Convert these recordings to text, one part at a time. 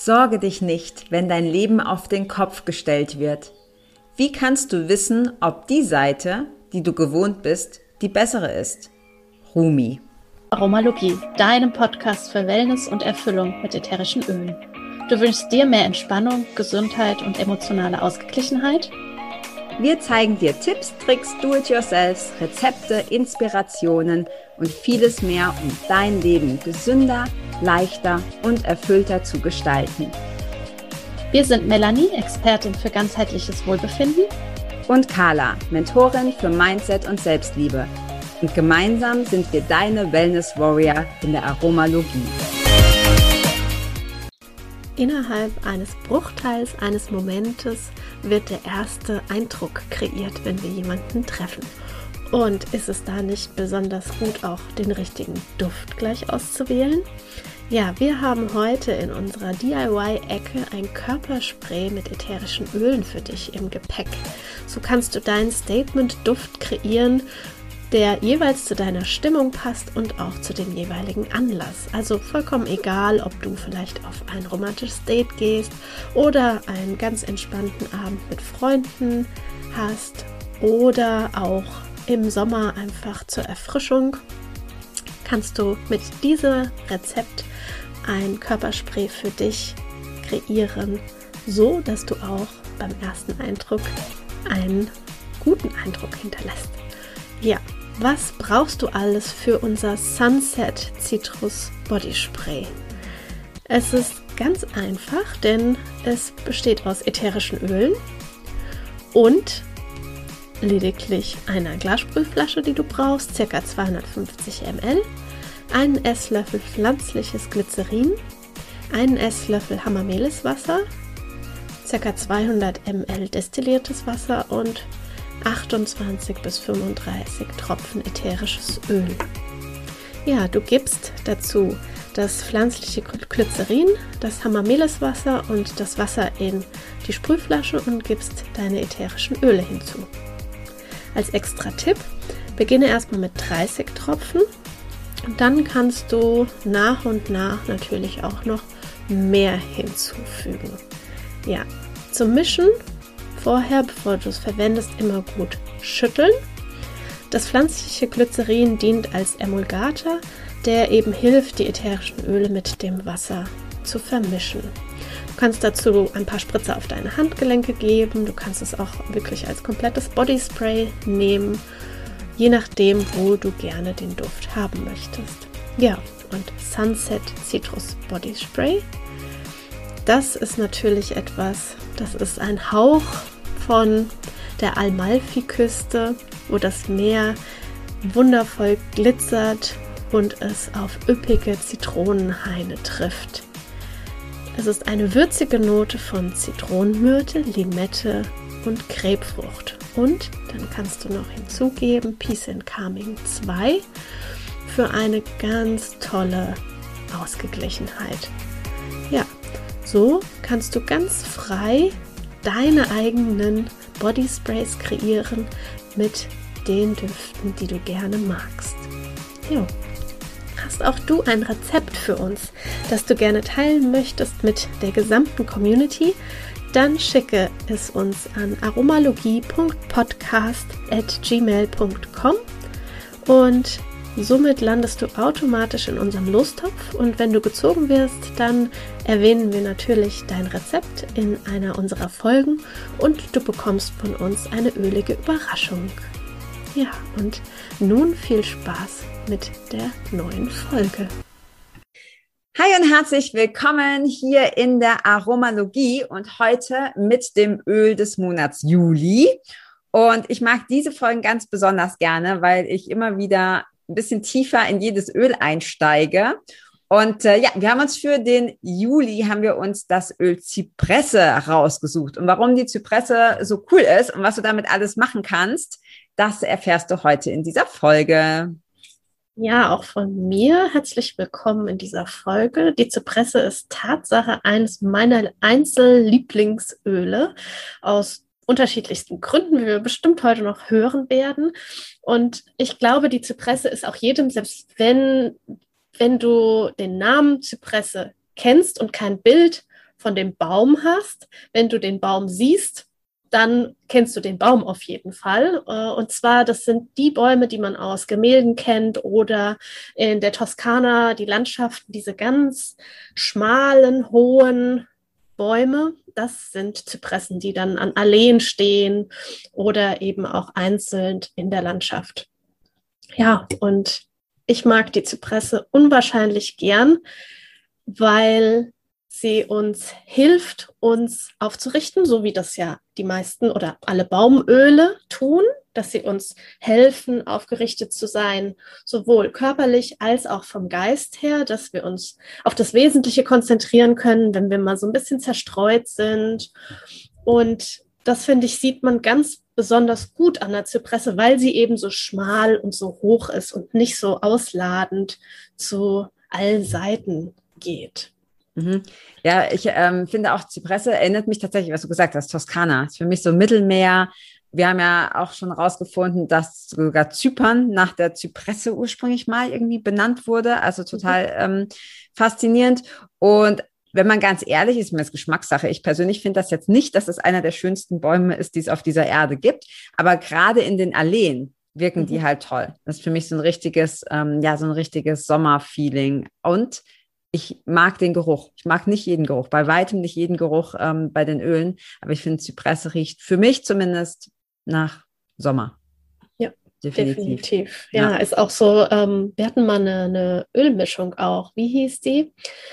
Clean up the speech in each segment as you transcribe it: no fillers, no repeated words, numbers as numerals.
Sorge dich nicht, wenn dein Leben auf den Kopf gestellt wird. Wie kannst du wissen, ob die Seite, die du gewohnt bist, die bessere ist? Rumi. Aromalogie, deinem Podcast für Wellness und Erfüllung mit ätherischen Ölen. Du wünschst dir mehr Entspannung, Gesundheit und emotionale Ausgeglichenheit? Wir zeigen dir Tipps, Tricks, Do-it-yourselfs, Rezepte, Inspirationen und vieles mehr, um dein Leben gesünder, leichter und erfüllter zu gestalten. Wir sind Melanie, Expertin für ganzheitliches Wohlbefinden, und Carla, Mentorin für Mindset und Selbstliebe. Und gemeinsam sind wir deine Wellness-Warrior in der Aromalogie. Innerhalb eines Bruchteils eines Momentes wird der erste Eindruck kreiert, wenn wir jemanden treffen. Und ist es da nicht besonders gut, auch den richtigen Duft gleich auszuwählen? Ja, wir haben heute in unserer DIY-Ecke ein Körperspray mit ätherischen Ölen für dich im Gepäck. So kannst du deinen Statement-Duft kreieren, der jeweils zu deiner Stimmung passt und auch zu dem jeweiligen Anlass. Also vollkommen egal, ob du vielleicht auf ein romantisches Date gehst oder einen ganz entspannten Abend mit Freunden hast oder auch im Sommer einfach zur Erfrischung, kannst du mit diesem Rezept ein Körperspray für dich kreieren, so dass du auch beim ersten Eindruck einen guten Eindruck hinterlässt. Ja, was brauchst du alles für unser Sunset Citrus Body Spray? Es ist ganz einfach, denn es besteht aus ätherischen Ölen und lediglich einer Glassprühflasche, die du brauchst, ca. 250 ml, einen Esslöffel pflanzliches Glycerin, einen Esslöffel Hamameliswasser, ca. 200 ml destilliertes Wasser und 28 bis 35 Tropfen ätherisches Öl. Ja, du gibst dazu das pflanzliche Glycerin, das Hamameliswasser und das Wasser in die Sprühflasche und gibst deine ätherischen Öle hinzu. Als extra Tipp, beginne erstmal mit 30 Tropfen und dann kannst du nach und nach natürlich auch noch mehr hinzufügen. Ja, zum Mischen vorher, bevor du es verwendest, immer gut schütteln. Das pflanzliche Glycerin dient als Emulgator, der eben hilft, die ätherischen Öle mit dem Wasser zu vermischen. Du kannst dazu ein paar Spritzer auf deine Handgelenke geben. Du kannst es auch wirklich als komplettes Bodyspray nehmen, je nachdem, wo du gerne den Duft haben möchtest. Ja, und Sunset Citrus Body Spray, das ist natürlich etwas, das ist ein Hauch von der Amalfiküste, wo das Meer wundervoll glitzert und es auf üppige Zitronenhaine trifft. Es ist eine würzige Note von Zitronenmyrte, Limette und Grapefrucht. Und dann kannst du noch hinzugeben Peace and Calming 2 für eine ganz tolle Ausgeglichenheit. Ja, so kannst du ganz frei deine eigenen Bodysprays kreieren mit den Düften, die du gerne magst. Jo. Hast auch du ein Rezept für uns, das du gerne teilen möchtest mit der gesamten Community? Dann schicke es uns an aromalogie.podcast@gmail.com und somit landest du automatisch in unserem Lostopf und wenn du gezogen wirst, dann erwähnen wir natürlich dein Rezept in einer unserer Folgen und du bekommst von uns eine ölige Überraschung. Ja, und nun viel Spaß mit der neuen Folge. Hi und herzlich willkommen hier in der Aromalogie und heute mit dem Öl des Monats Juli. Und ich mag diese Folgen ganz besonders gerne, weil ich immer wieder ein bisschen tiefer in jedes Öl einsteige. Und wir haben uns für den Juli, haben wir uns das Öl Zypresse rausgesucht. Und warum die Zypresse so cool ist und was du damit alles machen kannst, das erfährst du heute in dieser Folge. Ja, auch von mir herzlich willkommen in dieser Folge. Die Zypresse ist Tatsache eines meiner Einzellieblingsöle aus unterschiedlichsten Gründen, wie wir bestimmt heute noch hören werden. Und ich glaube, die Zypresse ist auch jedem, selbst wenn du den Namen Zypresse kennst und kein Bild von dem Baum hast. Wenn du den Baum siehst, dann kennst du den Baum auf jeden Fall. Und zwar, das sind die Bäume, die man aus Gemälden kennt oder in der Toskana, die Landschaften, diese ganz schmalen, hohen Bäume. Das sind Zypressen, die dann an Alleen stehen oder eben auch einzeln in der Landschaft. Ja, und ich mag die Zypresse unwahrscheinlich gern, weil sie uns hilft, uns aufzurichten, so wie das ja die meisten oder alle Baumöle tun, dass sie uns helfen, aufgerichtet zu sein, sowohl körperlich als auch vom Geist her, dass wir uns auf das Wesentliche konzentrieren können, wenn wir mal so ein bisschen zerstreut sind. Und das, finde ich, sieht man ganz besonders gut an der Zypresse, weil sie eben so schmal und so hoch ist und nicht so ausladend zu allen Seiten geht. Ja, ich finde auch, Zypresse erinnert mich tatsächlich, was du gesagt hast, Toskana. Ist für mich so Mittelmeer. Wir haben ja auch schon rausgefunden, dass sogar Zypern nach der Zypresse ursprünglich mal irgendwie benannt wurde. Also total faszinierend. Und wenn man ganz ehrlich ist, mir ist Geschmackssache. Ich persönlich finde das jetzt nicht, dass es einer der schönsten Bäume ist, die es auf dieser Erde gibt. Aber gerade in den Alleen wirken die halt toll. Das ist für mich so ein richtiges, so ein richtiges Sommerfeeling. Und ich mag den Geruch. Ich mag nicht jeden Geruch, bei weitem nicht jeden Geruch bei den Ölen. Aber ich finde, Zypresse riecht für mich zumindest nach Sommer. Ja, definitiv. Ja, ist auch so, wir hatten mal eine Ölmischung auch. Wie hieß die?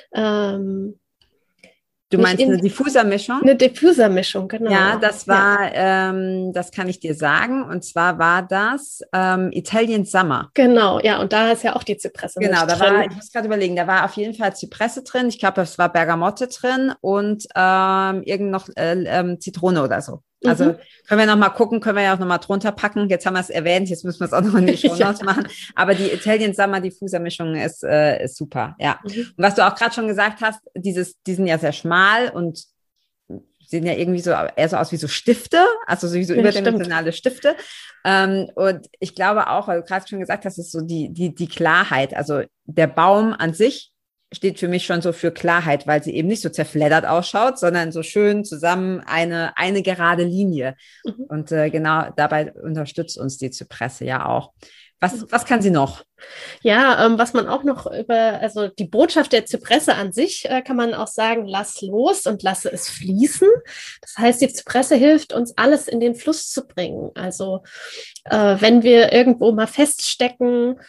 Du meinst eine Diffusermischung? Eine Diffusermischung, genau. Ja, das war, das kann ich dir sagen. Und zwar war das Italian Summer. Genau, ja, und da ist ja auch die Zypresse genau, drin. War, ich muss gerade überlegen, da war auf jeden Fall Zypresse drin. Ich glaube, es war Bergamotte drin und irgend noch Zitrone oder so. Also können wir noch mal gucken, können wir ja auch noch mal drunter packen. Jetzt haben wir es erwähnt, jetzt müssen wir es auch noch in die Shownotes machen. Aber die Italian Summer Diffuser-Mischung ist super, ja. Und was du auch gerade schon gesagt hast, die sind ja sehr schmal und sehen ja irgendwie so eher so aus wie so Stifte, also so wie so überdimensionale Stifte. Und ich glaube auch, weil du gerade schon gesagt hast, ist so die Klarheit. Also der Baum an sich steht für mich schon so für Klarheit, weil sie eben nicht so zerfleddert ausschaut, sondern so schön zusammen eine gerade Linie. Und genau dabei unterstützt uns die Zypresse ja auch. Was kann sie noch? Ja, was man auch noch also die Botschaft der Zypresse an sich, kann man auch sagen, lass los und lasse es fließen. Das heißt, die Zypresse hilft uns, alles in den Fluss zu bringen. Also wenn wir irgendwo mal feststecken,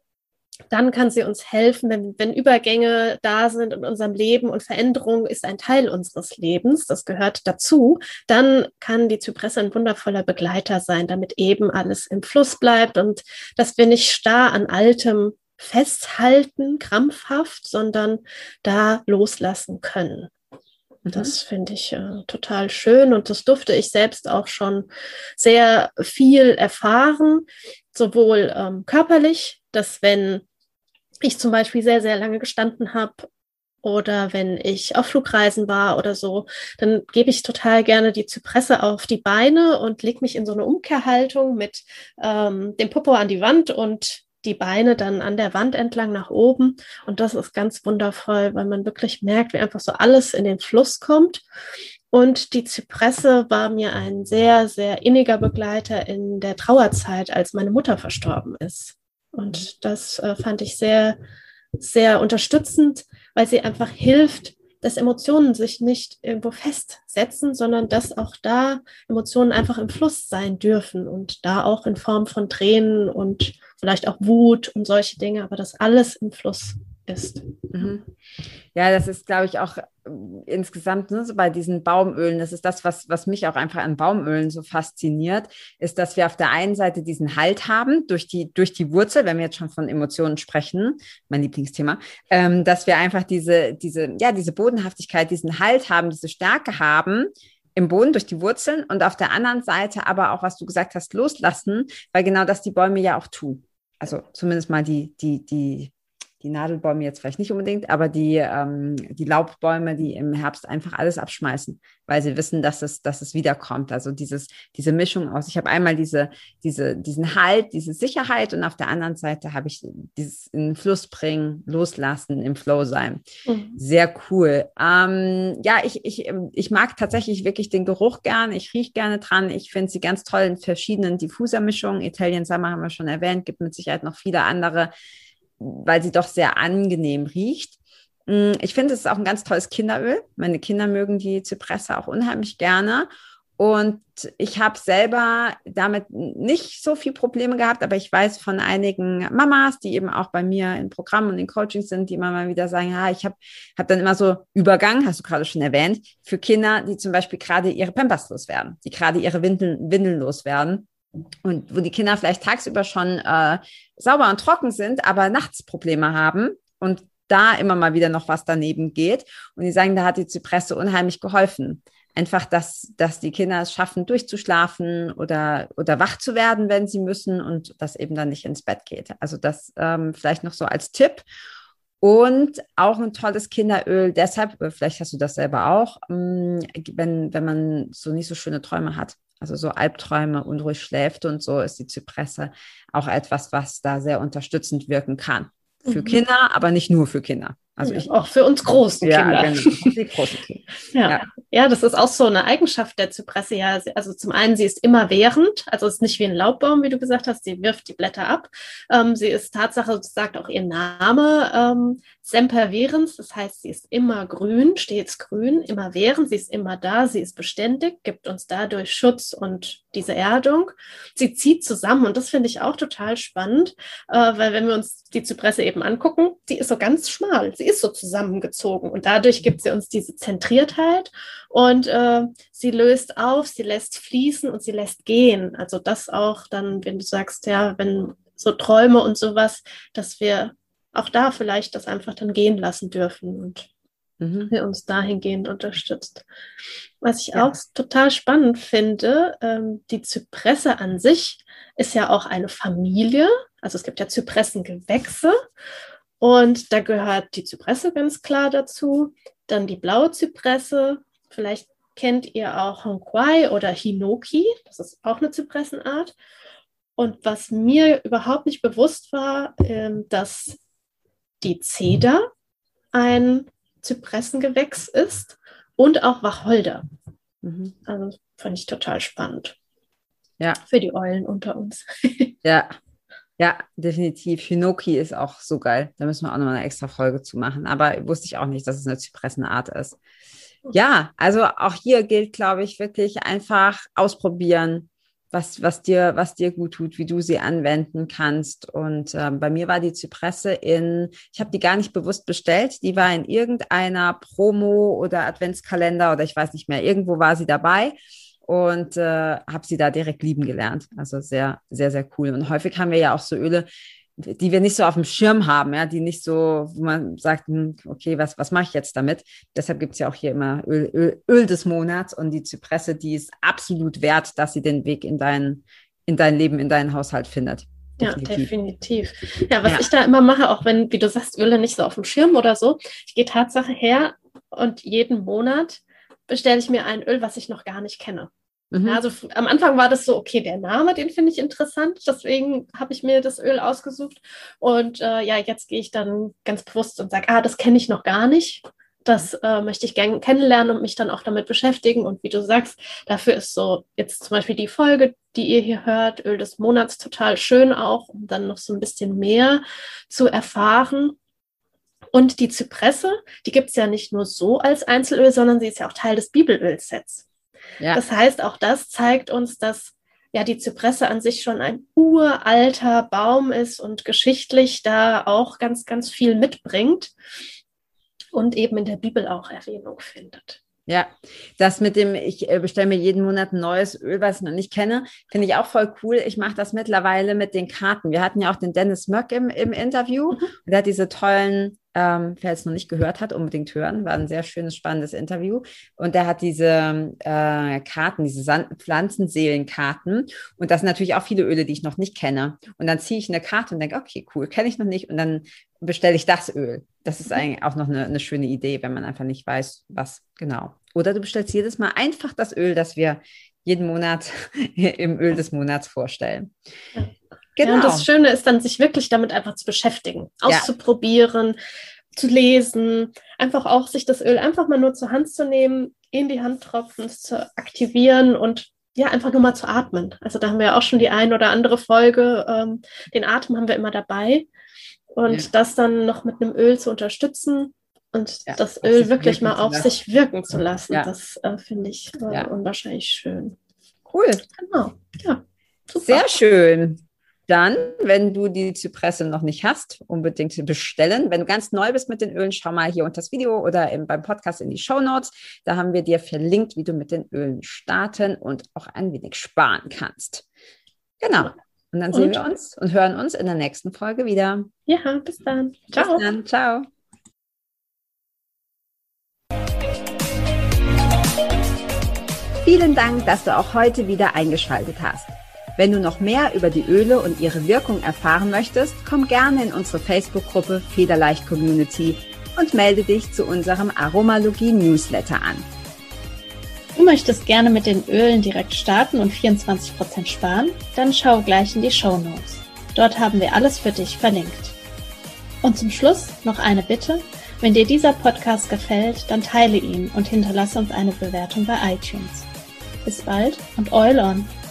dann kann sie uns helfen, wenn Übergänge da sind in unserem Leben und Veränderung ist ein Teil unseres Lebens, das gehört dazu, dann kann die Zypresse ein wundervoller Begleiter sein, damit eben alles im Fluss bleibt und dass wir nicht starr an Altem festhalten, krampfhaft, sondern da loslassen können. Das finde ich total schön und das durfte ich selbst auch schon sehr viel erfahren, sowohl körperlich, dass wenn ich zum Beispiel sehr, sehr lange gestanden habe oder wenn ich auf Flugreisen war oder so, dann gebe ich total gerne die Zypresse auf die Beine und lege mich in so eine Umkehrhaltung mit dem Popo an die Wand und die Beine dann an der Wand entlang nach oben. Und das ist ganz wundervoll, weil man wirklich merkt, wie einfach so alles in den Fluss kommt. Und die Zypresse war mir ein sehr, sehr inniger Begleiter in der Trauerzeit, als meine Mutter verstorben ist. Und das fand ich sehr, sehr unterstützend, weil sie einfach hilft, dass Emotionen sich nicht irgendwo festsetzen, sondern dass auch da Emotionen einfach im Fluss sein dürfen und da auch in Form von Tränen und vielleicht auch Wut und solche Dinge, aber dass alles im Fluss ist. Ja, das ist, glaube ich, auch insgesamt so bei diesen Baumölen, das ist das, was mich auch einfach an Baumölen so fasziniert, ist, dass wir auf der einen Seite diesen Halt haben durch die Wurzel, wenn wir jetzt schon von Emotionen sprechen, mein Lieblingsthema, dass wir einfach diese Bodenhaftigkeit, diesen Halt haben, diese Stärke haben im Boden durch die Wurzeln und auf der anderen Seite aber auch, was du gesagt hast, loslassen, weil genau das die Bäume ja auch tun. Also zumindest mal die die Nadelbäume jetzt vielleicht nicht unbedingt, aber die Laubbäume, die im Herbst einfach alles abschmeißen, weil sie wissen, dass es wiederkommt. Also diese Mischung aus, ich habe einmal diesen Halt, diese Sicherheit und auf der anderen Seite habe ich dieses in den Fluss bringen, loslassen, im Flow sein. Sehr cool. Ich mag tatsächlich wirklich den Geruch gern. Ich rieche gerne dran. Ich finde sie ganz toll in verschiedenen Diffusermischungen. Italian Summer haben wir schon erwähnt, gibt mit Sicherheit noch viele andere, weil sie doch sehr angenehm riecht. Ich finde, es ist auch ein ganz tolles Kinderöl. Meine Kinder mögen die Zypresse auch unheimlich gerne. Und ich habe selber damit nicht so viel Probleme gehabt, aber ich weiß von einigen Mamas, die eben auch bei mir im Programm und in Coachings sind, die immer mal wieder sagen, ja, ich hab dann immer so Übergang, hast du gerade schon erwähnt, für Kinder, die zum Beispiel gerade ihre Pampers loswerden, die gerade ihre Windeln loswerden. Und wo die Kinder vielleicht tagsüber schon sauber und trocken sind, aber nachts Probleme haben und da immer mal wieder noch was daneben geht. Und die sagen, da hat die Zypresse unheimlich geholfen. Einfach, dass die Kinder es schaffen, durchzuschlafen oder wach zu werden, wenn sie müssen und das eben dann nicht ins Bett geht. Also das vielleicht noch so als Tipp. Und auch ein tolles Kinderöl, deshalb, vielleicht hast du das selber auch, wenn man so nicht so schöne Träume hat, also so Albträume, unruhig schläft und so, ist die Zypresse auch etwas, was da sehr unterstützend wirken kann. Für Kinder, aber nicht nur für Kinder. Also auch für uns großen Kinder. Ja, genau, die großen Kinder. Ja, das ist auch so eine Eigenschaft der Zypresse. Ja, also zum einen, sie ist immerwährend, also ist nicht wie ein Laubbaum, wie du gesagt hast, sie wirft die Blätter ab. Sie ist Tatsache, das sagt auch ihr Name, sempervirens, das heißt, sie ist immer grün, stets grün, immerwährend, sie ist immer da, sie ist beständig, gibt uns dadurch Schutz und diese Erdung. Sie zieht zusammen und das finde ich auch total spannend, weil wenn wir uns die Zypresse eben angucken, die ist so ganz schmal, sie ist so zusammengezogen und dadurch gibt sie uns diese Zentriertheit und sie löst auf, sie lässt fließen und sie lässt gehen. Also das auch dann, wenn du sagst, ja, wenn so Träume und sowas, dass wir auch da vielleicht das einfach dann gehen lassen dürfen und wir uns dahingehend unterstützt. Was ich auch total spannend finde, die Zypresse an sich ist ja auch eine Familie, also es gibt ja Zypressengewächse und da gehört die Zypresse ganz klar dazu, dann die blaue Zypresse, vielleicht kennt ihr auch Honkwai oder Hinoki, das ist auch eine Zypressenart. Und was mir überhaupt nicht bewusst war, dass die Zeder ein Zypressengewächs ist und auch Wacholder. Also fand ich total spannend. Ja. Für die Eulen unter uns. Ja, definitiv. Hinoki ist auch so geil. Da müssen wir auch noch eine extra Folge zu machen. Aber wusste ich auch nicht, dass es eine Zypressenart ist. Ja, also auch hier gilt, glaube ich, wirklich einfach ausprobieren, was dir gut tut, wie du sie anwenden kannst. Und bei mir war die Zypresse ich habe die gar nicht bewusst bestellt, die war in irgendeiner Promo oder Adventskalender oder ich weiß nicht mehr, irgendwo war sie dabei und habe sie da direkt lieben gelernt. Also sehr, sehr, sehr cool. Und häufig haben wir ja auch so Öle, die wir nicht so auf dem Schirm haben, ja, die nicht so, wo man sagt, okay, was mache ich jetzt damit? Deshalb gibt es ja auch hier immer Öl des Monats und die Zypresse, die ist absolut wert, dass sie den Weg in dein Leben, in deinen Haushalt findet. Definitiv. Ja, definitiv. Ja, was ich da immer mache, auch wenn, wie du sagst, Öle nicht so auf dem Schirm oder so, ich gehe Tatsache her und jeden Monat bestelle ich mir ein Öl, was ich noch gar nicht kenne. Ja, also am Anfang war das so, okay, der Name, den finde ich interessant, deswegen habe ich mir das Öl ausgesucht und jetzt gehe ich dann ganz bewusst und sage, das kenne ich noch gar nicht, das möchte ich gerne kennenlernen und mich dann auch damit beschäftigen und wie du sagst, dafür ist so jetzt zum Beispiel die Folge, die ihr hier hört, Öl des Monats, total schön auch, um dann noch so ein bisschen mehr zu erfahren. Und die Zypresse, die gibt es ja nicht nur so als Einzelöl, sondern sie ist ja auch Teil des Bibelölsets. Ja. Das heißt, auch das zeigt uns, dass ja die Zypresse an sich schon ein uralter Baum ist und geschichtlich da auch ganz, ganz viel mitbringt und eben in der Bibel auch Erwähnung findet. Ja, das mit dem, ich bestelle mir jeden Monat ein neues Öl, was ich noch nicht kenne, finde ich auch voll cool. Ich mache das mittlerweile mit den Karten. Wir hatten ja auch den Dennis Möck im Interview. Und der hat diese tollen, wer es noch nicht gehört hat, unbedingt hören. War ein sehr schönes, spannendes Interview. Und der hat diese Karten, diese Pflanzenseelenkarten. Und das sind natürlich auch viele Öle, die ich noch nicht kenne. Und dann ziehe ich eine Karte und denke, okay, cool, kenne ich noch nicht. Und dann bestelle ich das Öl. Das ist eigentlich auch noch eine schöne Idee, wenn man einfach nicht weiß, was genau. Oder du bestellst jedes Mal einfach das Öl, das wir jeden Monat im Öl des Monats vorstellen. Ja. Genau. Ja, und das Schöne ist dann, sich wirklich damit einfach zu beschäftigen, auszuprobieren, zu lesen, einfach auch sich das Öl einfach mal nur zur Hand zu nehmen, in die Hand tropfen, es zu aktivieren und ja, einfach nur mal zu atmen. Also da haben wir ja auch schon die ein oder andere Folge, den Atem haben wir immer dabei und das dann noch mit einem Öl zu unterstützen und das Öl wirklich mal auf sich wirken zu lassen, das finde ich unwahrscheinlich schön. Cool. Genau, ja. Super. Sehr schön. Dann, wenn du die Zypresse noch nicht hast, unbedingt bestellen. Wenn du ganz neu bist mit den Ölen, schau mal hier unter das Video oder beim Podcast in die Shownotes. Da haben wir dir verlinkt, wie du mit den Ölen starten und auch ein wenig sparen kannst. Genau. Und dann sehen wir uns und hören uns in der nächsten Folge wieder. Ja, bis dann. Ciao. Bis dann. Ciao. Vielen Dank, dass du auch heute wieder eingeschaltet hast. Wenn du noch mehr über die Öle und ihre Wirkung erfahren möchtest, komm gerne in unsere Facebook-Gruppe Federleicht Community und melde dich zu unserem Aromalogie-Newsletter an. Du möchtest gerne mit den Ölen direkt starten und 24% sparen? Dann schau gleich in die Shownotes. Dort haben wir alles für dich verlinkt. Und zum Schluss noch eine Bitte. Wenn dir dieser Podcast gefällt, dann teile ihn und hinterlasse uns eine Bewertung bei iTunes. Bis bald und Oil on!